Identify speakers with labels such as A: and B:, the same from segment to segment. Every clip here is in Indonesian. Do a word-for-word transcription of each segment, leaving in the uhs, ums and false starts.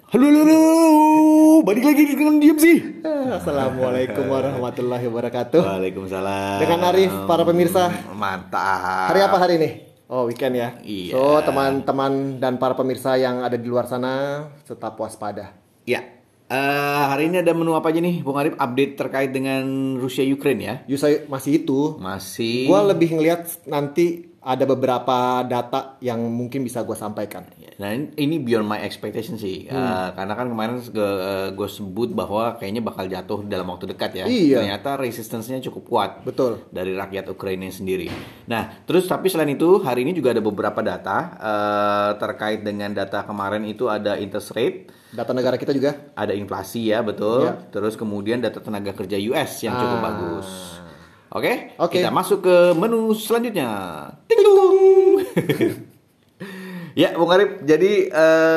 A: Halo, halo, halo. Balik lagi dengan diam sih.
B: Assalamualaikum warahmatullahi wabarakatuh.
A: Waalaikumsalam.
B: Dengan Arif, para pemirsa.
A: Mantap.
B: Hari apa hari ini? Oh, weekend ya.
A: Iya.
B: So, teman-teman dan para pemirsa yang ada di luar sana tetap waspada.
A: Ya. Eh, hari ini ada menu apa aja nih, Bung Arif? Update terkait dengan Rusia Ukraine ya?
B: Yusai masih itu.
A: Masih.
B: Gua lebih ngelihat nanti ada beberapa data yang mungkin bisa gue sampaikan.
A: Nah ini beyond my expectation sih, hmm. uh, karena kan kemarin gue sebut bahwa kayaknya bakal jatuh dalam waktu dekat ya.
B: Iya.
A: Ternyata resistance-nya cukup kuat.
B: Betul.
A: Dari rakyat Ukraina sendiri. Nah terus tapi selain itu hari ini juga ada beberapa data uh, terkait dengan data kemarin itu ada interest rate.
B: Data negara kita juga.
A: Ada inflasi ya betul.
B: Ya.
A: Terus kemudian data tenaga kerja U S yang cukup
B: ah.
A: bagus. Oke, okay?
B: okay.
A: Kita masuk ke menu selanjutnya. Ting tung. Ya, Bung Arif. Jadi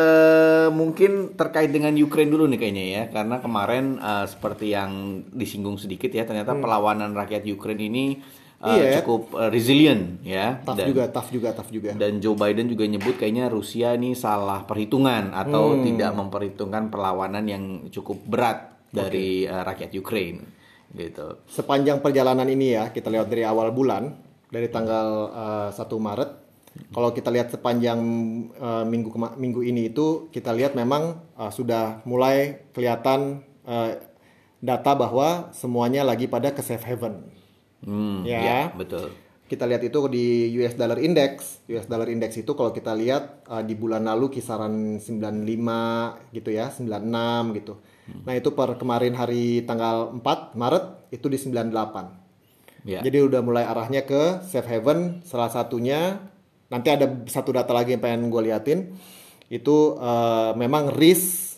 A: uh, mungkin terkait dengan Ukraine dulu nih kayaknya ya, karena kemarin uh, seperti yang disinggung sedikit ya, ternyata hmm. perlawanan rakyat Ukraine ini uh, iya, cukup uh, resilient ya.
B: Tough
A: dan,
B: juga, tough juga, tough juga.
A: Dan Joe Biden juga nyebut kayaknya Rusia ini salah perhitungan atau hmm. tidak memperhitungkan perlawanan yang cukup berat dari okay. uh, rakyat Ukraine. Gitu.
B: Sepanjang perjalanan ini ya, kita lihat dari awal bulan, dari tanggal uh, satu Maret, kalau kita lihat sepanjang uh, minggu minggu ini itu, kita lihat memang uh, sudah mulai kelihatan uh, data bahwa semuanya lagi pada ke safe haven.
A: Hmm,
B: ya.
A: ya, betul.
B: Kita lihat itu di U S Dollar Index. U S Dollar Index itu kalau kita lihat uh, di bulan lalu kisaran sembilan puluh lima gitu ya, sembilan puluh enam gitu. Hmm. Nah, itu per kemarin hari tanggal empat Maret itu di sembilan puluh delapan. Ya. Jadi udah mulai arahnya ke safe haven. Salah satunya nanti ada satu data lagi yang pengen gue liatin. Itu uh, memang risk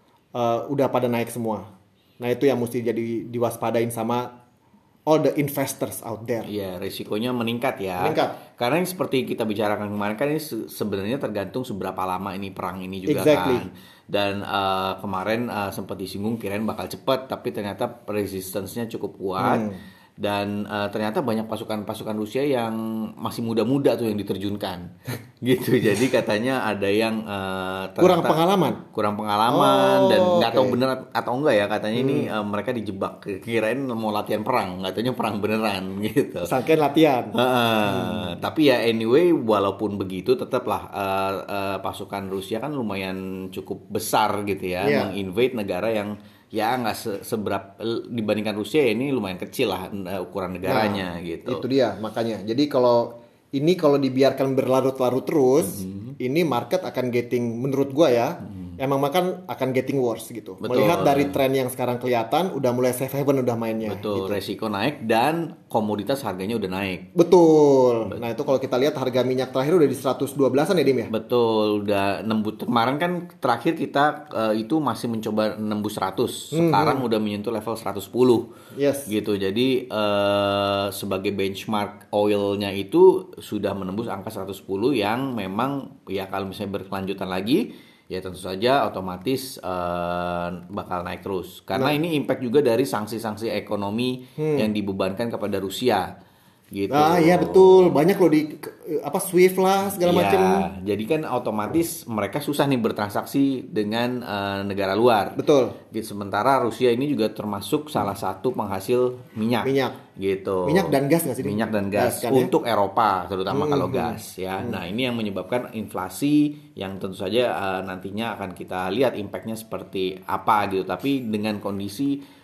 B: uh, udah pada naik semua. Nah, itu yang mesti jadi diwaspadain sama all the investors out there.
A: Iya, risikonya meningkat ya.
B: Meningkat.
A: Karena yang seperti kita bicarakan kemarin kan ini sebenarnya tergantung seberapa lama ini perang ini juga
B: exactly.
A: kan. Dan uh, kemarin uh, sempat disinggung kirain bakal cepat, tapi ternyata resistance-nya cukup kuat. Hmm. Dan uh, ternyata banyak pasukan-pasukan Rusia yang masih muda-muda tuh yang diterjunkan. Gitu. Jadi katanya ada yang uh,
B: kurang pengalaman.
A: Kurang pengalaman oh, dan nggak
B: okay.
A: tahu bener atau enggak ya, katanya hmm. ini uh, mereka dijebak. Kirain mau latihan perang, katanya perang beneran gitu.
B: Sangkain latihan.
A: Uh, hmm. Tapi ya anyway, walaupun begitu tetaplah uh, uh, pasukan Rusia kan lumayan cukup besar gitu ya, yeah. menginvade negara yang ya nggak se seberapa dibandingkan Rusia, ini lumayan kecil lah ukuran negaranya nah, gitu.
B: Itu dia makanya. Jadi kalau ini kalau dibiarkan berlarut-larut terus, mm-hmm. ini market akan getting, menurut gua ya, mm-hmm. emang makan akan getting worse gitu. Betul. Melihat dari tren yang sekarang kelihatan, udah mulai safe haven udah mainnya.
A: Betul.
B: Gitu.
A: Resiko naik dan komoditas harganya udah naik.
B: Betul. Betul. Nah itu kalau kita lihat harga minyak terakhir udah di seratus dua belasan ya Dim ya.
A: Betul. Udah nembus kemarin kan terakhir kita uh, itu masih mencoba nembus seratus. Sekarang mm-hmm. udah menyentuh level seratus sepuluh.
B: Yes.
A: Gitu. Jadi uh, sebagai benchmark oilnya itu sudah menembus angka seratus sepuluh yang memang ya kalau misalnya berkelanjutan lagi ya tentu saja otomatis uh, bakal naik terus. Karena nah. ini impact juga dari sanksi-sanksi ekonomi hmm. yang dibebankan kepada Rusia. Gitu.
B: Ah iya betul, banyak loh di apa Swift lah segala ya, macam.
A: Jadi kan otomatis mereka susah nih bertransaksi dengan uh, negara luar.
B: Betul.
A: Gitu. Sementara Rusia ini juga termasuk salah satu penghasil minyak.
B: Minyak.
A: Gitu.
B: Minyak dan gas nggak sih?
A: Minyak dan gas, gas kan, untuk ya? Eropa terutama hmm, kalau gas ya. Hmm. Nah ini yang menyebabkan inflasi yang tentu saja uh, nantinya akan kita lihat impactnya seperti apa gitu. Tapi dengan kondisi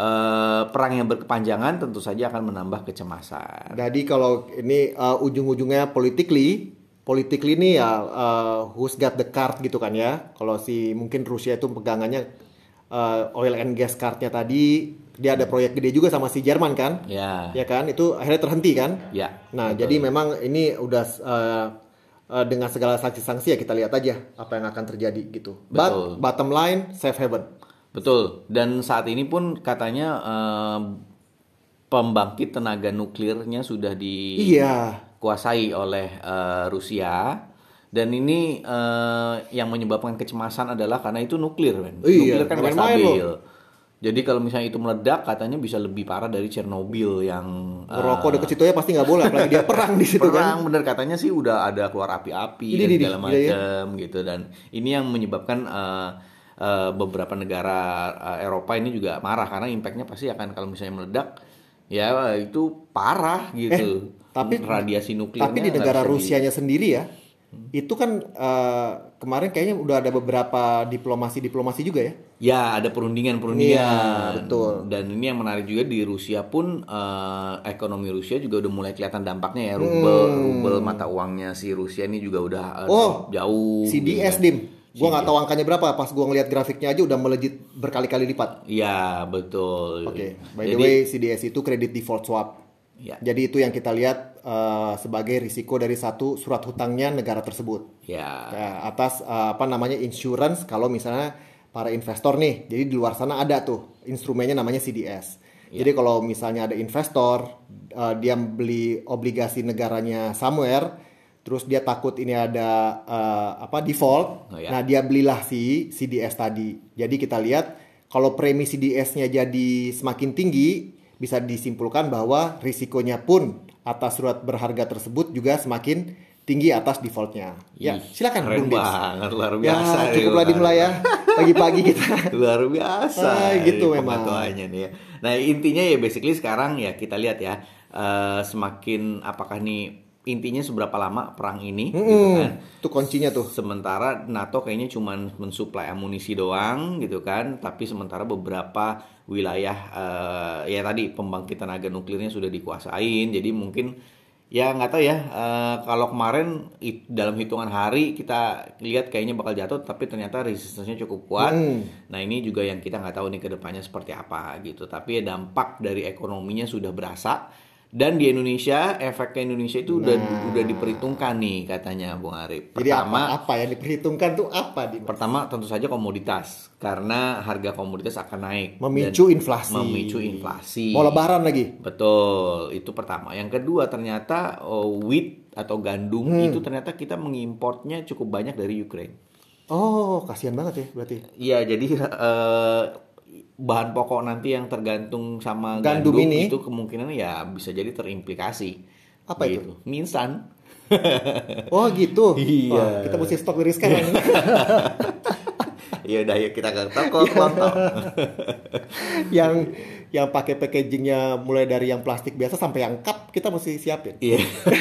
A: Uh, perang yang berkepanjangan tentu saja akan menambah kecemasan.
B: Jadi kalau ini uh, ujung-ujungnya politically, politically ini ya uh, who's got the card gitu kan ya. Kalau si mungkin Rusia itu pegangannya uh, oil and gas cardnya tadi, dia ada proyek gede juga sama si Jerman kan?
A: Ya.
B: Ya kan? Itu akhirnya terhenti kan?
A: Ya.
B: Nah betul. Jadi memang ini udah uh, uh, dengan segala sanksi-sanksi ya kita lihat aja apa yang akan terjadi gitu.
A: Betul.
B: But bottom line safe haven.
A: Betul, dan saat ini pun katanya eh, pembangkit tenaga nuklirnya sudah dikuasai iya. oleh eh, Rusia, dan ini eh, yang menyebabkan kecemasan adalah karena itu nuklir, kan?
B: Iya,
A: nuklir kan nggak stabil. Jadi kalau misalnya itu meledak, katanya bisa lebih parah dari Chernobyl yang
B: rokok uh, deket situ ya pasti nggak boleh, apalagi dia perang di situ
A: perang,
B: kan.
A: Perang bener katanya sih udah ada keluar api-api dan segala macam gitu, dan ini yang menyebabkan uh, uh, beberapa negara uh, Eropa ini juga marah karena impactnya pasti akan kalau misalnya meledak ya itu parah gitu.
B: Eh, tapi
A: radiasi nuklirnya.
B: Tapi di negara Rusianya di... sendiri ya, hmm. itu kan uh, kemarin kayaknya udah ada beberapa diplomasi-diplomasi juga ya.
A: Ya, ada perundingan-perundingan.
B: Iya, betul.
A: Dan ini yang menarik juga di Rusia pun uh, ekonomi Rusia juga udah mulai kelihatan dampaknya ya. Rubel, hmm. rubel mata uangnya si Rusia ini juga udah uh,
B: oh,
A: jauh.
B: C D S, gitu. Dim. Gua nggak tahu angkanya berapa, pas gua ngeliat grafiknya aja udah melejit berkali-kali lipat.
A: Iya, betul.
B: Oke, okay. By Jadi, the way, C D S itu credit default swap. Ya. Jadi itu yang kita lihat uh, sebagai risiko dari satu surat hutangnya negara tersebut.
A: Ya.
B: Nah, atas uh, apa namanya insurance kalau misalnya para investor nih. Jadi di luar sana ada tuh instrumennya namanya C D S. Ya. Jadi kalau misalnya ada investor uh, dia beli obligasi negaranya somewhere, terus dia takut ini ada uh, apa default. Oh, ya. Nah, dia belilah si C D S tadi. Jadi kita lihat kalau premi C D S-nya jadi semakin tinggi, bisa disimpulkan bahwa risikonya pun atas surat berharga tersebut juga semakin tinggi atas defaultnya. Ya, silakan
A: Bung Dins. Banget, luar biasa.
B: Ya, cukuplah dimulai ya. Pagi-pagi kita.
A: Luar biasa.
B: Ah, gitu memang.
A: Nih ya. Nah, intinya ya basically sekarang ya kita lihat ya uh, semakin apakah nih intinya seberapa lama perang ini
B: hmm,
A: gitu kan.
B: Itu kuncinya tuh.
A: Sementara NATO kayaknya cuma mensuplai amunisi doang gitu kan, tapi sementara beberapa wilayah uh, ya tadi pembangkit tenaga nuklirnya sudah dikuasain. Jadi mungkin ya nggak tahu ya uh, kalau kemarin it, dalam hitungan hari kita lihat kayaknya bakal jatuh, tapi ternyata resistensinya cukup kuat. Hmm. Nah, ini juga yang kita nggak tahu nih ke depannya seperti apa gitu. Tapi ya dampak dari ekonominya sudah berasa. Dan di Indonesia, efek ke Indonesia itu udah nah. udah diperhitungkan nih katanya Bung Arif.
B: Pertama, jadi apa, apa yang diperhitungkan tuh apa? Dimas?
A: Pertama tentu saja komoditas, karena harga komoditas akan naik.
B: Memicu inflasi.
A: Memicu inflasi.
B: Mau lebaran lagi.
A: Betul, itu pertama. Yang kedua ternyata oh, wheat atau gandum hmm. itu ternyata kita mengimportnya cukup banyak dari Ukraine.
B: Oh, kasihan banget ya berarti.
A: Iya, jadi uh, bahan pokok nanti yang tergantung sama gandum,
B: gandum ini
A: itu kemungkinan ya bisa jadi terimplikasi.
B: Apa
A: gitu. Itu? Minsan.
B: Oh gitu.
A: Iya.
B: Wah, kita mesti stok dari sekarang.
A: Ya udah, yuk kita ke toko kelontong.
B: yang yang pakai packagingnya mulai dari yang plastik biasa sampai yang cup kita mesti siapin.
A: Iya.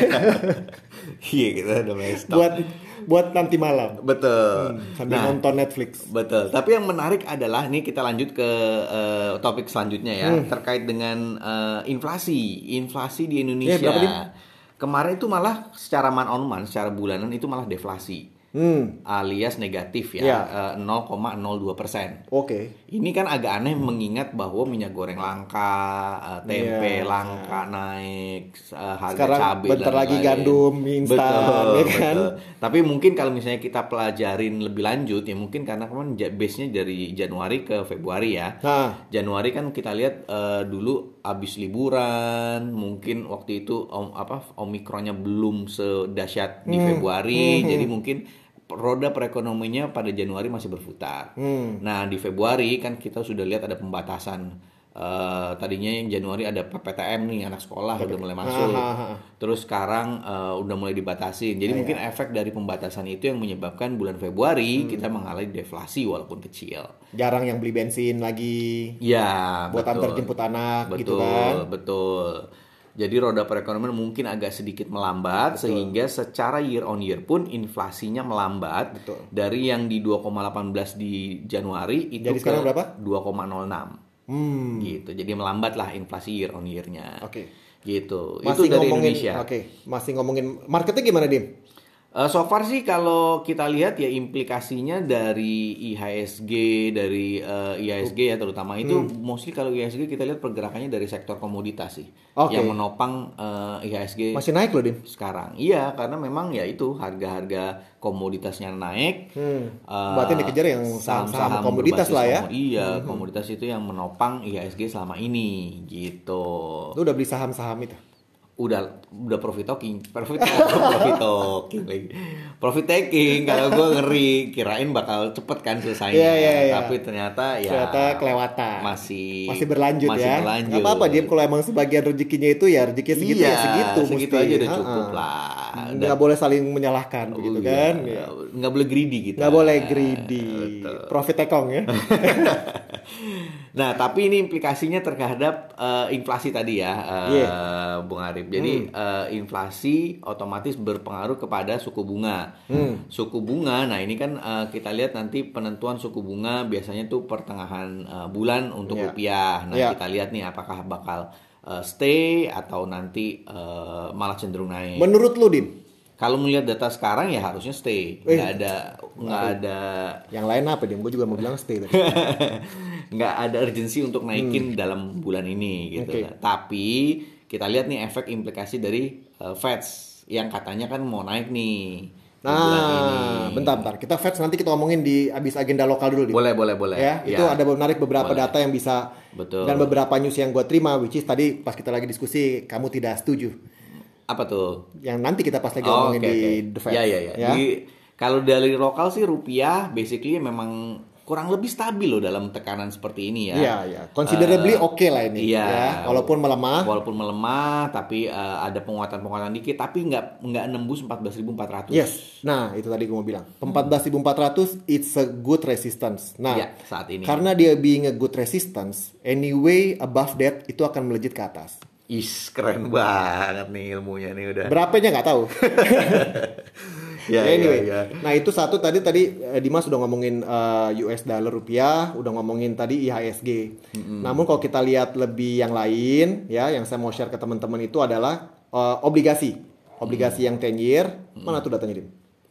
A: Iya, kita udah mulai stok.
B: Buat buat nanti malam.
A: Betul.
B: Hmm, sambil nah, nonton Netflix.
A: Betul. Tapi yang menarik adalah nih kita lanjut ke uh, topik selanjutnya ya, hmm. terkait dengan uh, inflasi. Inflasi di Indonesia. Ya, kemarin itu malah secara man on man, secara bulanan itu malah deflasi. Hmm. Alias negatif ya, ya. Uh, nol koma nol dua persen.
B: Oke. Okay.
A: Ini kan agak aneh mengingat bahwa minyak goreng langka, uh, tempe yeah. langka naik, uh, harga
B: sekarang
A: cabai
B: bentar lagi lain. Gandum instan,
A: betul,
B: ya kan?
A: Betul. Tapi mungkin kalau misalnya kita pelajarin lebih lanjut ya mungkin karena kan base-nya dari Januari ke Februari ya. Nah. Januari kan kita lihat uh, dulu abis liburan, mungkin waktu itu om, apa Omikronnya belum sedahsyat di hmm. Februari, hmm. jadi mungkin roda perekonomiannya pada Januari masih berputar. Hmm. Nah, di Februari kan kita sudah lihat ada pembatasan. Uh, tadinya yang Januari ada P P T M nih, anak sekolah udah mulai masuk. Aha. Terus sekarang uh, udah mulai dibatasin. Jadi ah, mungkin ya. efek dari pembatasan itu yang menyebabkan bulan Februari hmm. kita mengalami deflasi walaupun kecil.
B: Jarang yang beli bensin lagi.
A: Ya,
B: buat
A: betul.
B: antar jemput anak
A: betul,
B: gitu kan.
A: Betul. Jadi roda perekonomian mungkin agak sedikit melambat. Betul. Sehingga secara year on year pun inflasinya melambat. Betul. Dari yang di dua koma satu delapan di Januari itu
B: jadi
A: ke
B: sekarang berapa?
A: dua koma nol enam. Hmm. Gitu. Jadi melambat lah inflasi year on year-nya.
B: Oke. Okay.
A: Gitu.
B: Masih
A: itu dari
B: ngomongin,
A: Indonesia.
B: Oke, okay. Masih ngomongin marketnya gimana, Dim?
A: Uh, so far sih kalau kita lihat ya implikasinya dari I H S G, dari uh, I H S G ya terutama itu hmm. mostly kalau I H S G kita lihat pergerakannya dari sektor komoditas sih. Okay. Yang menopang uh, I H S G.
B: Masih naik loh, Dim.
A: Sekarang. Iya, karena memang ya itu harga-harga komoditasnya naik. Hmm.
B: Uh, Berarti dikejar yang saham-saham komoditas lah ya.
A: Komod- iya, hmm. komoditas itu yang menopang I H S G selama ini gitu.
B: Lu udah beli saham-saham itu?
A: udah udah profit taking, profit profit taking lagi. Profit taking kalau gue ngeri kirain bakal cepet kan selesainya.
B: Iya, iya, iya.
A: Tapi ternyata ya
B: Ternyata kelewatan.
A: Masih
B: masih berlanjut
A: masih
B: ya.
A: berlanjut.
B: Gak apa-apa dia kalau emang sebagian rezekinya itu ya rezekinya segitu
A: iya,
B: ya segitu
A: segitu
B: mesti.
A: aja udah cukup
B: Ha-ha.
A: lah.
B: Nggak boleh saling menyalahkan begitu
A: iya.
B: kan. Ya.
A: Nggak boleh greedy kita.
B: Nggak boleh greedy.
A: Betul.
B: Profit tekong ya.
A: Nah, tapi ini implikasinya terhadap uh, inflasi tadi ya, uh,
B: Yeah.
A: Bung Arif. Jadi
B: Hmm.
A: uh, inflasi otomatis berpengaruh kepada suku bunga.
B: Hmm.
A: Suku bunga, nah ini kan uh, kita lihat nanti penentuan suku bunga biasanya tuh pertengahan uh, bulan untuk
B: Yeah.
A: rupiah. Nah,
B: Yeah.
A: kita lihat nih apakah bakal uh, stay atau nanti uh, malah cenderung naik.
B: Menurut lu Dim?
A: Kalau melihat data sekarang ya harusnya stay.
B: Eh.
A: Nggak ada nggak ada
B: Yang lain apa Dim? Gue juga mau bilang stay tadi.
A: nggak ada urgensi untuk naikin dalam bulan ini gitu.
B: Oke.
A: Tapi kita lihat nih efek implikasi dari uh, Fed yang katanya kan mau naik nih di bulan ini.
B: Nah, bentar-bentar. Kita Feds nanti kita ngomongin di abis agenda lokal dulu Dim.
A: Boleh, boleh, boleh.
B: Ya, itu ada menarik beberapa
A: Boleh.
B: data yang bisa
A: Betul.
B: dan beberapa news yang gue terima, which is tadi pas kita lagi diskusi kamu tidak setuju.
A: Apa tuh?
B: Yang nanti kita pas lagi
A: Oh,
B: ngomongin
A: oke,
B: di
A: oke.
B: The Fed.
A: Ya, ya, ya. Di- kalau dari lokal sih rupiah basically memang kurang lebih stabil loh dalam tekanan seperti ini ya.
B: Iya, iya. Considerably
A: Eh,
B: oke lah ini.
A: Iya.
B: Ya. Walaupun melemah.
A: Walaupun melemah, tapi eh, ada penguatan-penguatan dikit, tapi nggak nggak nembus empat belas ribu empat ratus.
B: Yes. Nah, itu tadi gue mau bilang. empat belas ribu empat ratus it's a good resistance. Nah,
A: Iya, saat ini.
B: karena dia being a good resistance, anyway above that itu akan melejit ke atas.
A: Is keren banget nih ilmunya nih udah.
B: Berapanya nggak tahu.
A: Ya,
B: Ya, anyway,
A: ya, ya.
B: nah itu satu tadi tadi eh, Dimas udah ngomongin eh, U S dollar rupiah, udah ngomongin tadi I H S G. Namun kalau kita lihat lebih yang lain, ya, yang saya mau share ke teman-teman itu adalah eh, obligasi, obligasi yang ten year. Mana tuh datanya Dim?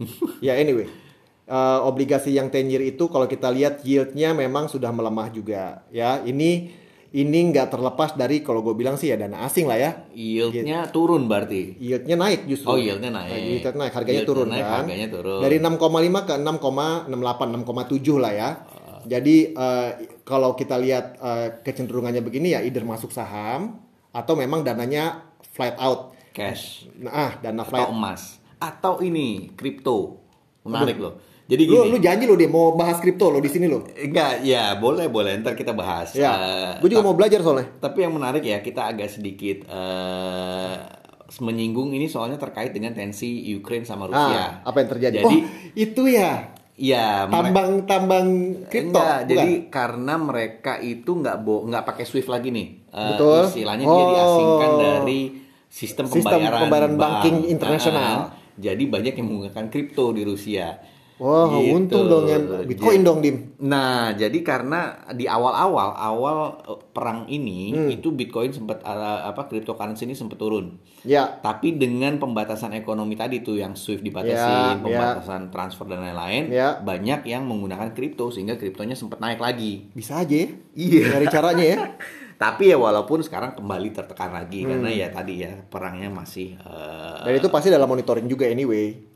B: Ya anyway, eh, obligasi yang ten year itu kalau kita lihat yieldnya memang sudah melemah juga. Ya, ini ini nggak terlepas dari kalau gue bilang sih ya dana asing lah ya.
A: Yieldnya turun berarti.
B: Yieldnya naik justru.
A: Oh, yieldnya naik.
B: Yieldnya naik, harganya
A: Yieldnya
B: turun
A: naik,
B: kan.
A: harganya turun.
B: Dari enam koma lima ke enam koma enam delapan, enam koma tujuh lah ya. Jadi eh, kalau kita lihat eh, kecenderungannya begini ya either masuk saham atau memang dananya flat out.
A: Cash
B: Nah, ah, dana
A: atau
B: flat.
A: emas atau ini kripto. Menarik loh. Jadi
B: Lu
A: gini.
B: lu janji lo dia mau bahas kripto lo di sini lo.
A: Enggak, ya boleh boleh ntar kita bahas.
B: Ya.
A: Eh,
B: Gue juga
A: ta-
B: mau belajar soalnya.
A: Tapi yang menarik ya kita agak sedikit eh, menyinggung ini soalnya terkait dengan tensi Ukraine sama Rusia.
B: Ah, apa yang terjadi?
A: Jadi
B: oh, itu ya.
A: ya mereka-
B: Tambang-tambang kripto.
A: Enggak,
B: bukan?
A: jadi karena mereka itu nggak bo nggak pakai Swift lagi nih. Eh,
B: Betul.
A: Istilahnya
B: Oh.
A: dia diasingkan dari sistem,
B: Sistem
A: pembayaran,
B: pembayaran
A: bank.
B: banking internasional.
A: Ah, ah. Jadi banyak yang menggunakan kripto di Rusia.
B: Wah,
A: Gitu.
B: untung dong ya Bitcoin
A: Jadi-
B: dong Dim.
A: Nah, jadi karena di awal-awal awal eh, perang ini
B: Hmm.
A: itu Bitcoin sempat eh, apa cryptocurrency ini sempat turun.
B: Ya.
A: Tapi dengan pembatasan ekonomi tadi tuh yang Swift
B: Ya,
A: dibatasin,
B: ya.
A: pembatasan transfer dan lain-lain,
B: Ya.
A: banyak yang menggunakan kripto sehingga kriptonya sempat naik lagi.
B: Bisa aja ya.
A: Iya.
B: Dari caranya ya.
A: Tapi ya walaupun sekarang kembali tertekan lagi
B: Hmm.
A: karena ya tadi ya perangnya masih eh,
B: Dan itu pasti dalam monitoring juga anyway.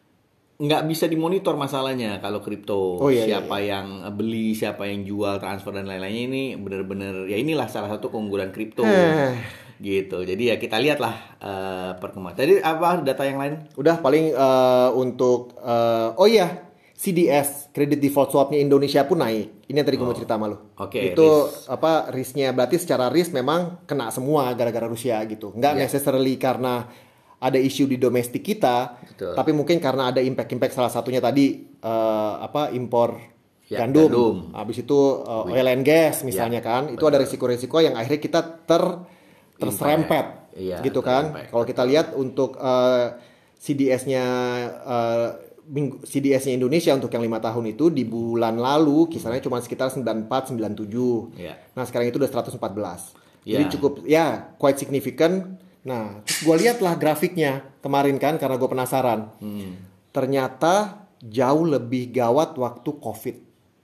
A: nggak bisa dimonitor masalahnya kalau kripto.
B: Oh, iya,
A: Siapa yang beli, siapa yang jual, transfer dan lain-lainnya ini benar-benar ya inilah salah satu keunggulan kripto.
B: Eh.
A: Gitu. Jadi ya kita lihatlah eh, perkembangan. Tadi apa data yang lain?
B: Udah paling eh, untuk eh, oh iya C D S credit default swapnya Indonesia pun naik. Ini yang tadi gue mau cerita sama lu.
A: Oke,
B: Itu
A: risk.
B: apa risknya berarti secara risk memang kena semua gara-gara Rusia gitu. Nggak
A: Iya.
B: necessarily karena ada isu di domestik kita,
A: Betul.
B: tapi mungkin karena ada impact-impact salah satunya tadi eh, apa impor
A: Ya,
B: gandum.
A: gandum.
B: Habis itu eh, oil and gas misalnya
A: Ya,
B: kan. Itu ada risiko-risiko yang akhirnya kita ter terserempet
A: Iya,
B: gitu kan.
A: ter-impact.
B: Kalau kita lihat untuk eh, C D S-nya eh, minggu- C D S-nya Indonesia untuk yang lima tahun itu di bulan lalu kisarannya cuma sekitar sembilan puluh empat sembilan puluh tujuh.
A: Iya.
B: Nah, sekarang itu udah seratus empat belas.
A: Iya.
B: Jadi cukup ya quite significant. Nah, terus gue lihatlah grafiknya kemarin kan karena gue penasaran.
A: Hmm.
B: Ternyata jauh lebih gawat waktu Covid.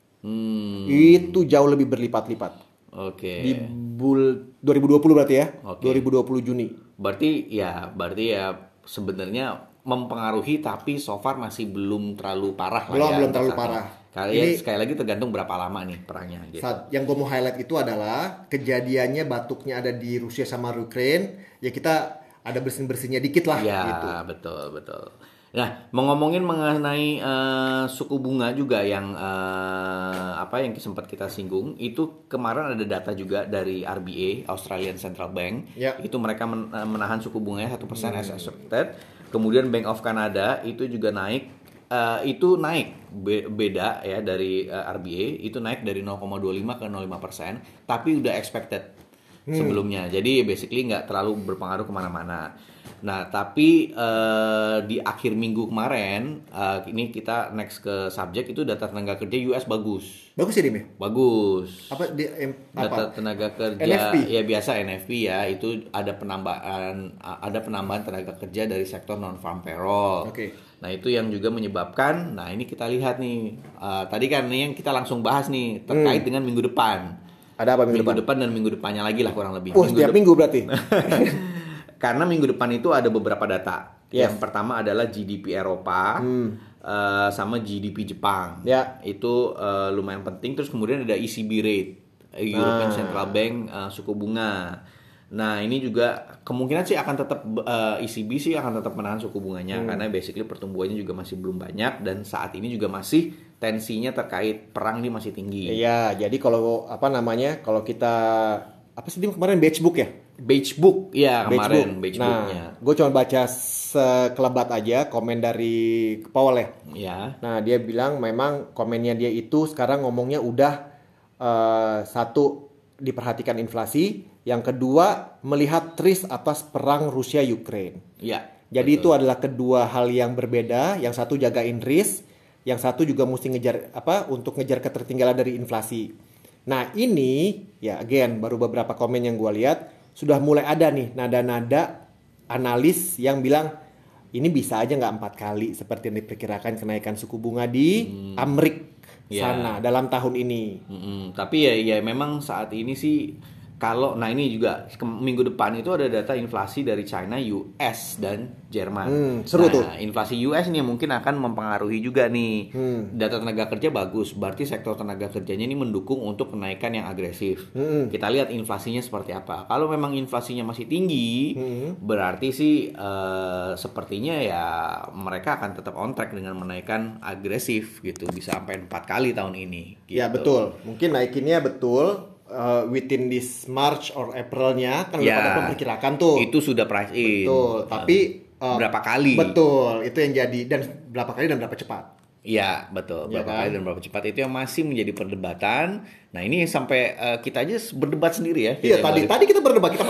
A: Hmm.
B: Itu jauh lebih berlipat-lipat.
A: Oke.
B: Di bul dua ribu dua puluh berarti ya.
A: Oke.
B: dua ribu dua puluh Juni.
A: Berarti ya, berarti ya sebenarnya mempengaruhi tapi so far masih belum terlalu parah lah
B: Belum,
A: ya.
B: belum
A: untuk
B: terlalu
A: saat ini.
B: parah.
A: Kali
B: Ini-
A: sekali lagi tergantung berapa lama nih perangnya gitu.
B: Saat yang gue mau highlight itu adalah kejadiannya batuknya ada di Rusia sama Ukraine. Ya kita ada bersin-bersinnya dikit lah
A: Ya,
B: gitu.
A: betul, betul. Nah, mau ngomongin mengenai eh, suku bunga juga yang eh, apa yang sempat kita singgung, itu kemarin ada data juga dari R B A, Australian Central Bank.
B: Ya.
A: Itu mereka men- eh, menahan suku bunganya satu persen as expected. Kemudian Bank of Canada itu juga naik. Eh, itu naik Be- beda ya dari eh, R B A, itu naik dari nol koma dua lima ke nol koma lima persen, tapi udah expected sebelumnya. Jadi basically nggak terlalu berpengaruh kemana-mana. Nah, tapi eh, di akhir minggu kemarin, eh, ini kita next ke subjek, itu data tenaga kerja U S bagus.
B: Bagus ya, Dim ya?
A: Bagus.
B: Apa di em,
A: Data
B: apa?
A: tenaga kerja
B: N F P?
A: ya biasa N F P ya, itu ada penambahan ada penambahan tenaga kerja dari sektor non farm payroll.
B: Oke.
A: Nah, itu yang juga menyebabkan, nah ini kita lihat nih, eh, tadi kan ini yang kita langsung bahas nih terkait dengan minggu depan.
B: Ada apa minggu,
A: Minggu
B: depan?
A: depan dan minggu depannya lagi lah kurang lebih.
B: Oh,
A: Minggu
B: setiap
A: dep-
B: minggu berarti.
A: Karena minggu depan itu ada beberapa data.
B: Yes.
A: Yang pertama adalah G D P Eropa eh, sama G D P Jepang.
B: Ya.
A: Itu eh, lumayan penting. Terus kemudian ada E C B rate, eh, European
B: Ah.
A: Central Bank eh, suku bunga. Nah, ini juga kemungkinan sih akan tetap eh, E C B sih akan tetap menahan suku bunganya karena basically pertumbuhannya juga masih belum banyak dan saat ini juga masih tensinya terkait perang ini masih tinggi.
B: Iya, jadi kalau apa namanya? Kalau kita apa sih Dim kemarin batch book ya?
A: Beige book ya
B: Batch
A: kemarin
B: book.
A: beige
B: Nah,
A: booknya.
B: gue cuma baca sekelebat aja komen dari Powell ya.
A: Ya.
B: Nah, dia bilang memang komennya dia itu sekarang ngomongnya udah eh, satu diperhatikan inflasi, yang kedua melihat risk atas perang Rusia Ukraine.
A: Ya.
B: Jadi itu adalah kedua hal yang berbeda, yang satu jagain risk, yang satu juga mesti ngejar apa untuk ngejar ketertinggalan dari inflasi. Nah, ini ya again baru beberapa komen yang gue lihat sudah mulai ada nih nada-nada analis yang bilang ini bisa aja nggak empat kali seperti yang diperkirakan kenaikan suku bunga di Amrik
A: Ya.
B: sana dalam tahun ini.
A: Mm-mm. Tapi ya ya memang saat ini sih kalau nah ini juga ke- minggu depan itu ada data inflasi dari China, U S dan Jerman.
B: Hmm, seru
A: nah,
B: tuh.
A: inflasi U S nih mungkin akan mempengaruhi juga nih.
B: Hmm.
A: Data tenaga kerja bagus, berarti sektor tenaga kerjanya ini mendukung untuk kenaikan yang agresif.
B: Hmm.
A: Kita lihat inflasinya seperti apa. Kalau memang inflasinya masih tinggi,
B: Hmm.
A: berarti sih eh, sepertinya ya mereka akan tetap on track dengan menaikkan agresif gitu, bisa sampai empat kali tahun ini.
B: Ya
A: gitu.
B: betul, mungkin naikinnya betul uh, within this March or Aprilnya kan udah
A: Ya.
B: pada memperkirakan tuh.
A: Itu sudah price in.
B: Betul, tapi uh,
A: berapa kali?
B: Betul, itu yang jadi dan berapa kali dan berapa cepat.
A: Iya, betul.
B: Ya
A: Berapa
B: kan?
A: kali dan berapa cepat itu yang masih menjadi perdebatan. Nah, ini sampai eh, kita aja berdebat sendiri ya.
B: Iya,
A: Kita
B: tadi
A: balik.
B: tadi kita berdebat kita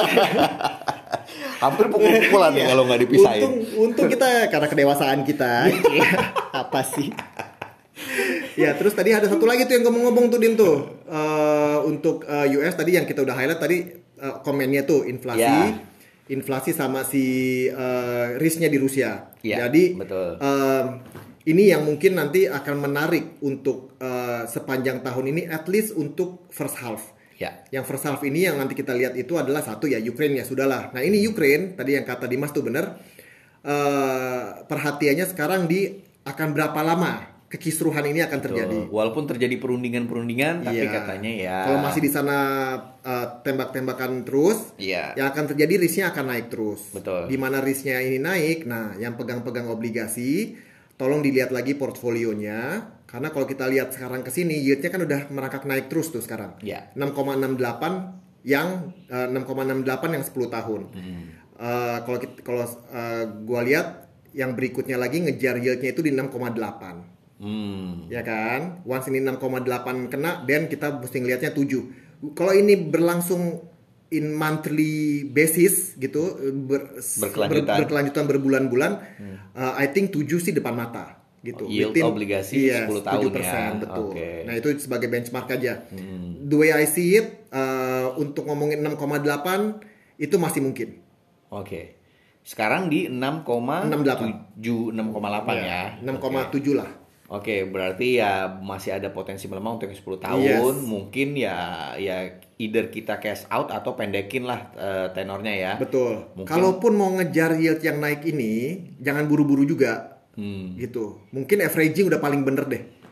A: Hampir pukul-pukulan nih kalau nggak dipisahin.
B: Untung, untung kita karena kedewasaan kita. Apa sih? Ya, terus tadi ada satu lagi tuh yang ngomong-ngomong tuh Din tuh. Eh, untuk eh, U S tadi yang kita udah highlight tadi eh, komennya tuh inflasi.
A: Ya.
B: Inflasi sama si eh, risknya di Rusia.
A: Ya,
B: Jadi
A: betul.
B: em, ini yang mungkin nanti akan menarik untuk eh, sepanjang tahun ini at least untuk first half.
A: Ya.
B: Yang first half ini yang nanti kita lihat itu adalah satu ya Ukraine ya sudahlah. Nah, ini Ukraine tadi yang kata Dimas tuh benar. Eh, perhatiannya sekarang di akan berapa lama kekisruhan ini akan terjadi.
A: Tuh, walaupun terjadi perundingan-perundingan, tapi
B: Iya.
A: katanya ya.
B: Kalau masih di sana eh, tembak-tembakan terus,
A: Iya.
B: yang akan terjadi risknya akan naik terus.
A: Betul.
B: Di mana risknya ini naik, nah yang pegang-pegang obligasi, tolong dilihat lagi portfolionya, karena kalau kita lihat sekarang ke sini, yieldnya kan udah merangkak naik terus tuh sekarang.
A: Iya.
B: enam koma enam delapan yang eh, enam koma enam delapan yang sepuluh tahun. Eh, kalau kita, kalau eh, gua lihat yang berikutnya lagi ngejar yieldnya itu di enam koma delapan.
A: Hmm.
B: Ya kan? Once ini enam koma delapan kena, then kita mesti ngelihatnya tujuh. Kalau ini berlangsung in monthly basis gitu, ber-
A: Berkelanjutan.
B: ber- berkelanjutan berbulan-bulan, uh, I think tujuh sih depan mata gitu.
A: Yield
B: Within-
A: obligasi
B: iya,
A: sepuluh tahun
B: tujuh persen,
A: ya.
B: betul.
A: Oke.
B: Nah, itu sebagai benchmark aja. The way I see it, uh, untuk ngomongin enam koma delapan itu masih mungkin.
A: Oke. Sekarang di enam koma
B: enam delapan.
A: tujuh, enam koma delapan ya.
B: enam koma
A: Oke.
B: tujuh lah.
A: Oke, berarti ya masih ada potensi melemah untuk yang sepuluh tahun.
B: Yes.
A: Mungkin ya ya either kita cash out atau pendekin lah eh, tenornya ya.
B: Betul.
A: Mungkin-
B: Kalaupun mau ngejar yield yang naik ini, jangan buru-buru juga.
A: Hmm.
B: Gitu. Mungkin averaging udah paling bener deh.
A: Ya.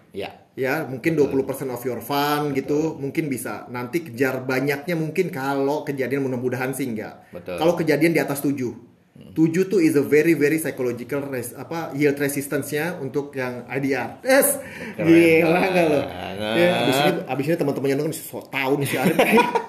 B: ya mungkin dua puluh persen of your fund gitu, mungkin bisa. Nanti kejar banyaknya mungkin kalau kejadian, mudah-mudahan sih enggak.
A: Betul.
B: Kalau kejadian di atas tujuh. tujuh tuh is a very very psychological res, apa yield resistance-nya untuk yang I D R. Yes.
A: Keren
B: Gila enggak lo?
A: banget.
B: Ya, abis ini abis ini teman-teman yang nonton so tahu nih si Arif.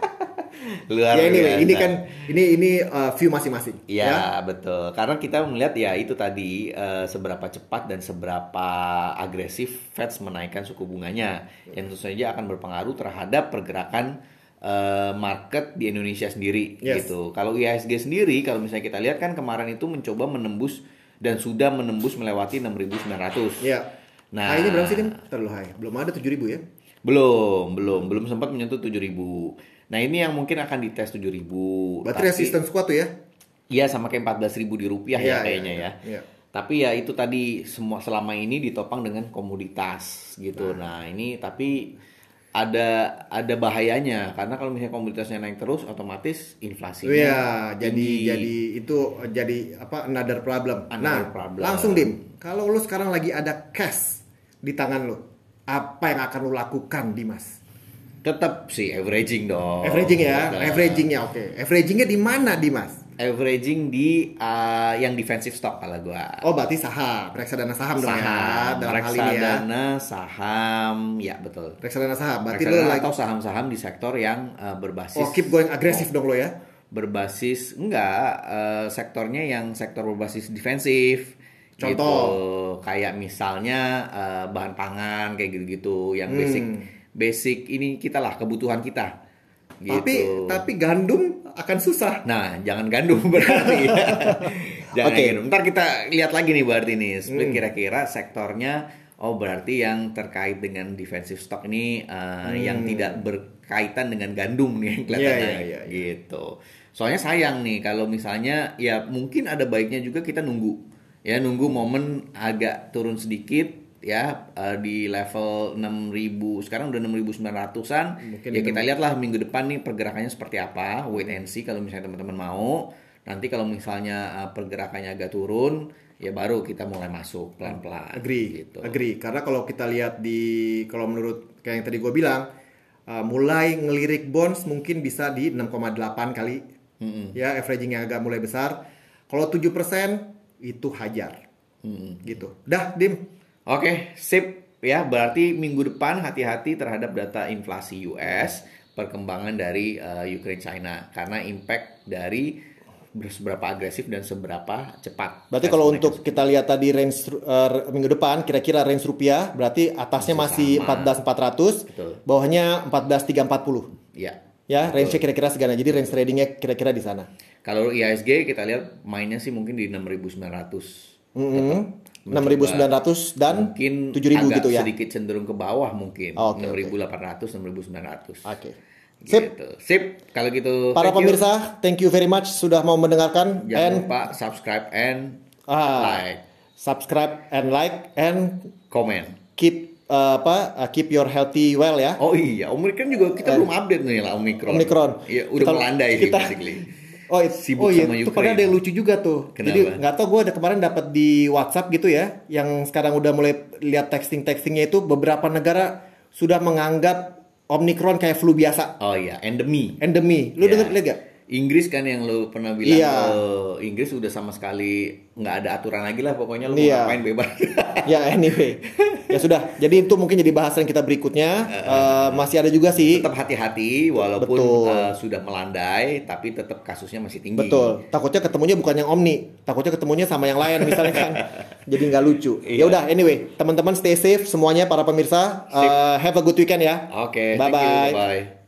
A: Luar
B: Ya anyway,
A: biasa.
B: ini kan ini ini uh, view masing-masing.
A: Ya, betul. Karena kita melihat ya itu tadi eh, seberapa cepat dan seberapa agresif Fed menaikkan suku bunganya, yang tentu saja akan berpengaruh terhadap pergerakan eh, market di Indonesia sendiri,
B: Yes.
A: gitu. Kalau I H S G sendiri, kalau misalnya kita lihat kan kemarin itu mencoba menembus dan sudah menembus melewati enam ribu sembilan ratus.
B: Ya.
A: Nah,
B: Nah, ini berapa sih, Dim? Terlalu high. Belum ada tujuh ribu ya?
A: belum, belum, belum sempat menyentuh tujuh ribu. Nah, ini yang mungkin akan dites tujuh ribu.
B: Berarti resistance kuat tuh ya?
A: Iya, sama kayak empat belas ribu di rupiah
B: Iya,
A: ya kayaknya
B: iya,
A: ya.
B: iya.
A: Tapi ya itu tadi semua selama ini ditopang dengan komoditas gitu. Nah, ini tapi ada ada bahayanya karena kalau misalnya komoditasnya naik terus otomatis inflasinya
B: Iya, jadi
A: tinggi.
B: jadi itu jadi apa another problem.
A: Another
B: nah,
A: problem.
B: langsung Dim, kalau lu sekarang lagi ada cash di tangan lu, apa yang akan lu lakukan, Dimas?
A: Tetap sih averaging dong.
B: Averaging ya,
A: Nah,
B: averagingnya oke. Averagingnya di mana, Dimas?
A: averaging di uh, yang defensive stock kalau gua.
B: Oh, berarti saham, reksadana saham, dong ya,
A: Saham,
B: dalam hal ini ya.
A: reksadana saham, ya betul.
B: Reksadana saham, berarti lu
A: Reksadana
B: lagi
A: atau saham-saham di sektor yang uh, berbasis
B: oh keep going agresif dong lo ya.
A: berbasis enggak eh, sektornya yang sektor berbasis defensif.
B: Contoh?
A: Gitu. Kayak misalnya eh, bahan pangan kayak gitu-gitu yang basic
B: Hmm.
A: basic ini kita lah kebutuhan kita. Gitu.
B: Tapi tapi gandum akan susah.
A: Nah, jangan gandum berarti. Jangan
B: Oke.
A: gandum. Ntar kita lihat lagi nih berarti nih split
B: Hmm.
A: kira-kira sektornya. Oh, berarti yang terkait dengan defensive stock ini uh, yang tidak berkaitan dengan gandum nih yang kelihatan
B: Hmm. Iya, iya,
A: naik.
B: iya, iya.
A: Gitu. Soalnya sayang nih kalau misalnya ya mungkin ada baiknya juga kita nunggu. Ya nunggu momen agak turun sedikit ya uh, di level enam ribu, sekarang udah enam ribu sembilan ratusan.
B: Mungkin
A: Ya kita
B: enam-
A: lihatlah minggu depan nih pergerakannya seperti apa, wait and see kalau misalnya teman-teman mau. Nanti kalau misalnya uh, pergerakannya agak turun, ya baru kita mulai masuk pelan-pelan.
B: Agree,
A: Gitu.
B: agree. Karena kalau kita lihat di, kalau menurut kayak yang tadi gue bilang, uh, mulai ngelirik bonds mungkin bisa di enam koma delapan kali,
A: Mm-mm.
B: ya averaging yang agak mulai besar. Kalau tujuh persen itu hajar,
A: Mm-mm.
B: gitu. Dah, Dim.
A: Oke, sip. Ya, berarti minggu depan hati-hati terhadap data inflasi U S, perkembangan dari uh, Ukraine China karena impact dari seberapa agresif dan seberapa cepat.
B: Berarti
A: tes
B: kalau
A: mereka.
B: untuk kita lihat tadi range uh, minggu depan, kira-kira range rupiah, berarti atasnya
A: Masih
B: masih
A: sama.
B: empat belas empat ratus,
A: Betul.
B: bawahnya empat belas tiga empat puluh.
A: Ya.
B: Ya, range-nya kira-kira segana. Jadi range tradingnya kira-kira di sana.
A: Kalau I H S G kita lihat mainnya sih mungkin di enam ribu sembilan ratus.
B: Mm-hmm. enam ribu sembilan ratus dan
A: Mungkin
B: tujuh ribu
A: agak
B: gitu ya.
A: sedikit cenderung ke bawah mungkin.
B: Oke,
A: enam ribu delapan ratus, enam ribu sembilan ratus.
B: Oke. Sip.
A: Gitu. Sip. Kalau gitu
B: Para
A: thank you.
B: pemirsa, thank you very much sudah mau mendengarkan
A: Jangan
B: and
A: lupa subscribe and
B: ah,
A: like,
B: subscribe and like and
A: comment.
B: keep uh, apa uh, keep your healthy well ya.
A: Oh iya, Omikron juga kita belum update nih lah Omikron.
B: Omikron.
A: Iya, udah
B: Kita-
A: melandai sih
B: kita-
A: basically.
B: Oh, it-
A: Sibuk
B: oh iya,
A: sama
B: itu
A: Ukraine.
B: padahal ada yang lucu juga tuh.
A: Kenapa?
B: Jadi nggak tahu gue ada kemarin dapat di WhatsApp gitu ya, yang sekarang udah mulai lihat texting textingnya itu beberapa negara sudah menganggap Omikron kayak flu biasa,
A: Oh iya, endemi.
B: endemi. Lu
A: Ya.
B: denger lihat gak?
A: Inggris kan yang lu pernah bilang,
B: Iya.
A: oh, Inggris udah sama sekali nggak ada aturan lagi lah, pokoknya lu
B: Iya.
A: mau ngapain bebas.
B: Ya anyway, ya sudah. Jadi itu mungkin jadi bahasan kita berikutnya. Eh, masih ada juga sih.
A: Tetap hati-hati walaupun
B: Betul.
A: uh, sudah melandai, tapi tetap kasusnya masih tinggi.
B: Betul. Takutnya ketemunya bukan yang Omni, takutnya ketemunya sama yang lain misalnya kan. Jadi nggak lucu.
A: Iya.
B: Ya udah, anyway, teman-teman stay safe semuanya para pemirsa. Eh, have a good weekend ya.
A: Oke,
B: Bye
A: thank you,
B: bye.
A: bye.